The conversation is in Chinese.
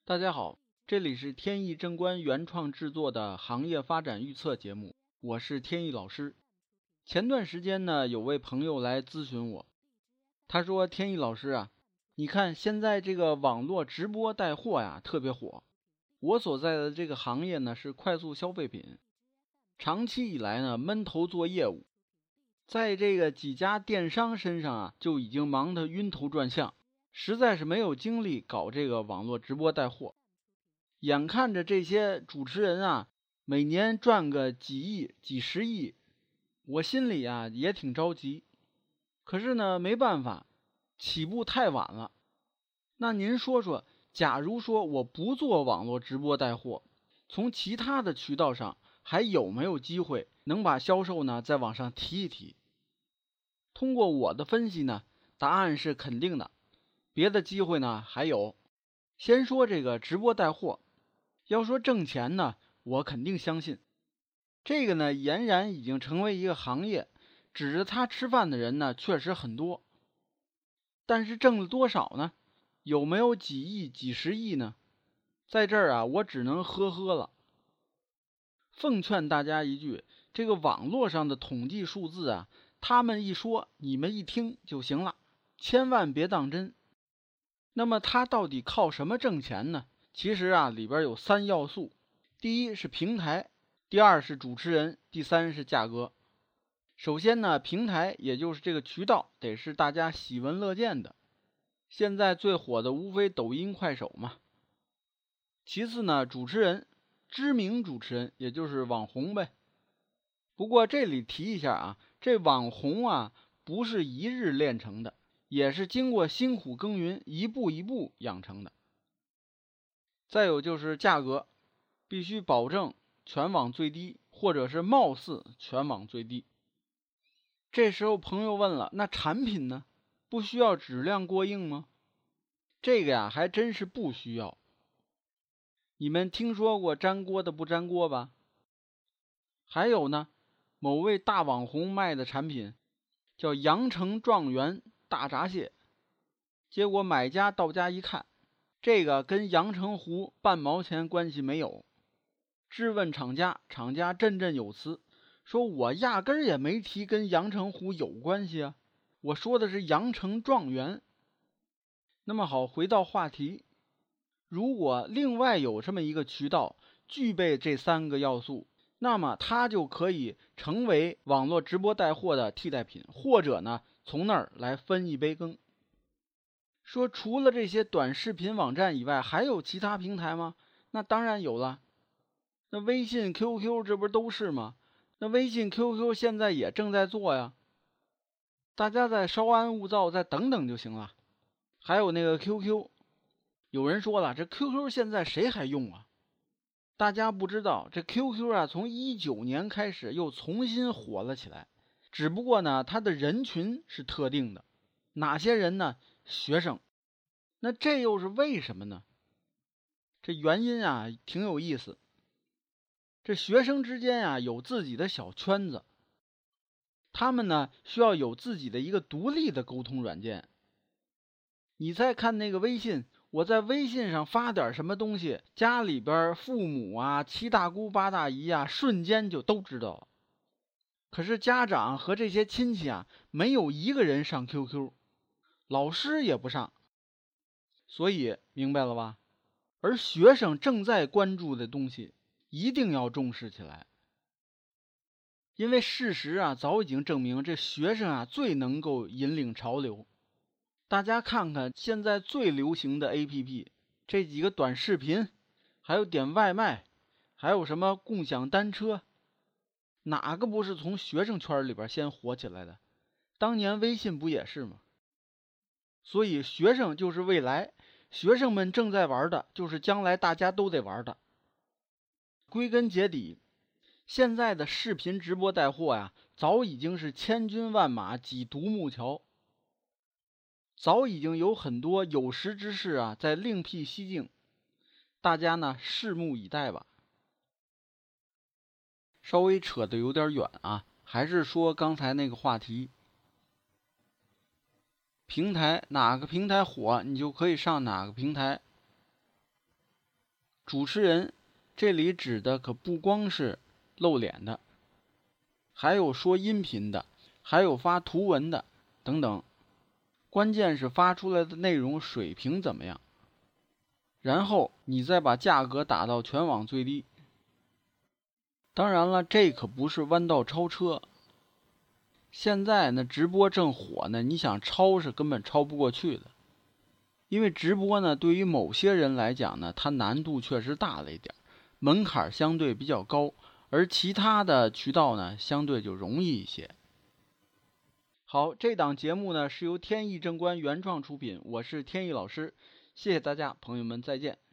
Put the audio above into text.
大家好，这里是天意正观原创制作的行业发展预测节目，我是天意老师。前段时间呢，有位朋友来咨询我，他说：天意老师啊，你看现在这个网络直播带货呀特别火，我所在的这个行业呢是快速消费品，长期以来呢闷头做业务，在这个几家电商身上啊就已经忙得晕头转向，实在是没有精力搞这个网络直播带货。眼看着这些主持人啊每年赚个几亿几十亿，我心里啊也挺着急，可是呢没办法，起步太晚了。那您说说，假如说我不做网络直播带货，从其他的渠道上还有没有机会能把销售呢再往上提一提？通过我的分析呢，答案是肯定的，别的机会呢还有。先说这个直播带货，要说挣钱呢，我肯定相信。这个呢，俨然已经成为一个行业，指着它吃饭的人呢，确实很多。但是挣了多少呢？有没有几亿、几十亿呢？在这儿啊，我只能呵呵了。奉劝大家一句，这个网络上的统计数字啊，他们一说，你们一听就行了，千万别当真。那么它到底靠什么挣钱呢？其实啊，里边有3要素，第一是平台，第二是主持人，第三是价格。首先呢，平台也就是这个渠道得是大家喜闻乐见的，现在最火的无非抖音、快手嘛。其次呢，主持人，知名主持人也就是网红呗。不过这里提一下啊，这网红啊不是一日练成的，也是经过辛苦耕耘，一步一步养成的。再有就是价格，必须保证全网最低，或者是貌似全网最低。这时候朋友问了，那产品呢？不需要质量过硬吗？这个呀，还真是不需要。你们听说过粘锅的不粘锅吧？还有呢，某位大网红卖的产品叫阳城状元大闸蟹，结果买家到家一看，这个跟阳澄湖半毛钱关系没有。质问厂家，厂家振振有词，说我压根儿也没提跟阳澄湖有关系啊，我说的是阳城状元。那么好，回到话题，如果另外有这么一个渠道具备这3个要素，那么它就可以成为网络直播带货的替代品，或者呢从那儿来分一杯羹。说除了这些短视频网站以外，还有其他平台吗？那当然有了。那微信、QQ 这不都是吗？那微信、QQ 现在也正在做呀，大家再稍安勿躁，再等等就行了。还有那个 QQ， 有人说了，这 QQ 现在谁还用啊？大家不知道，这 QQ 啊，从19年开始又重新火了起来，只不过呢，它的人群是特定的，哪些人呢？学生。那这又是为什么呢？这原因啊，挺有意思。这学生之间啊有自己的小圈子，他们呢需要有自己的一个独立的沟通软件。你再看那个微信，我在微信上发点什么东西，家里边父母啊、七大姑八大姨啊，瞬间就都知道了。可是家长和这些亲戚啊，没有一个人上 QQ， 老师也不上，所以明白了吧？而学生正在关注的东西，一定要重视起来。因为事实啊，早已经证明这学生啊最能够引领潮流。大家看看现在最流行的 APP， 这几个短视频，还有点外卖，还有什么共享单车，哪个不是从学生圈里边先火起来的？当年微信不也是吗？所以学生就是未来，学生们正在玩的就是将来大家都得玩的。归根结底，现在的视频直播带货呀，早已经是千军万马挤独木桥，早已经有很多有识之士啊在另辟蹊径，大家呢拭目以待吧。稍微扯得有点远啊，还是说刚才那个话题，平台哪个平台火，你就可以上哪个平台。 主持人这里指的可不光是露脸的，还有说音频的，还有发图文的等等。关键是发出来的内容水平怎么样，然后你再把价格打到全网最低。当然了，这可不是弯道超车。现在呢，直播正火呢，你想超是根本超不过去的。因为直播呢，对于某些人来讲呢，它难度确实大了一点，门槛相对比较高，而其他的渠道呢，相对就容易一些。好，这档节目呢是由天意正观原创出品，我是天意老师，谢谢大家，朋友们再见。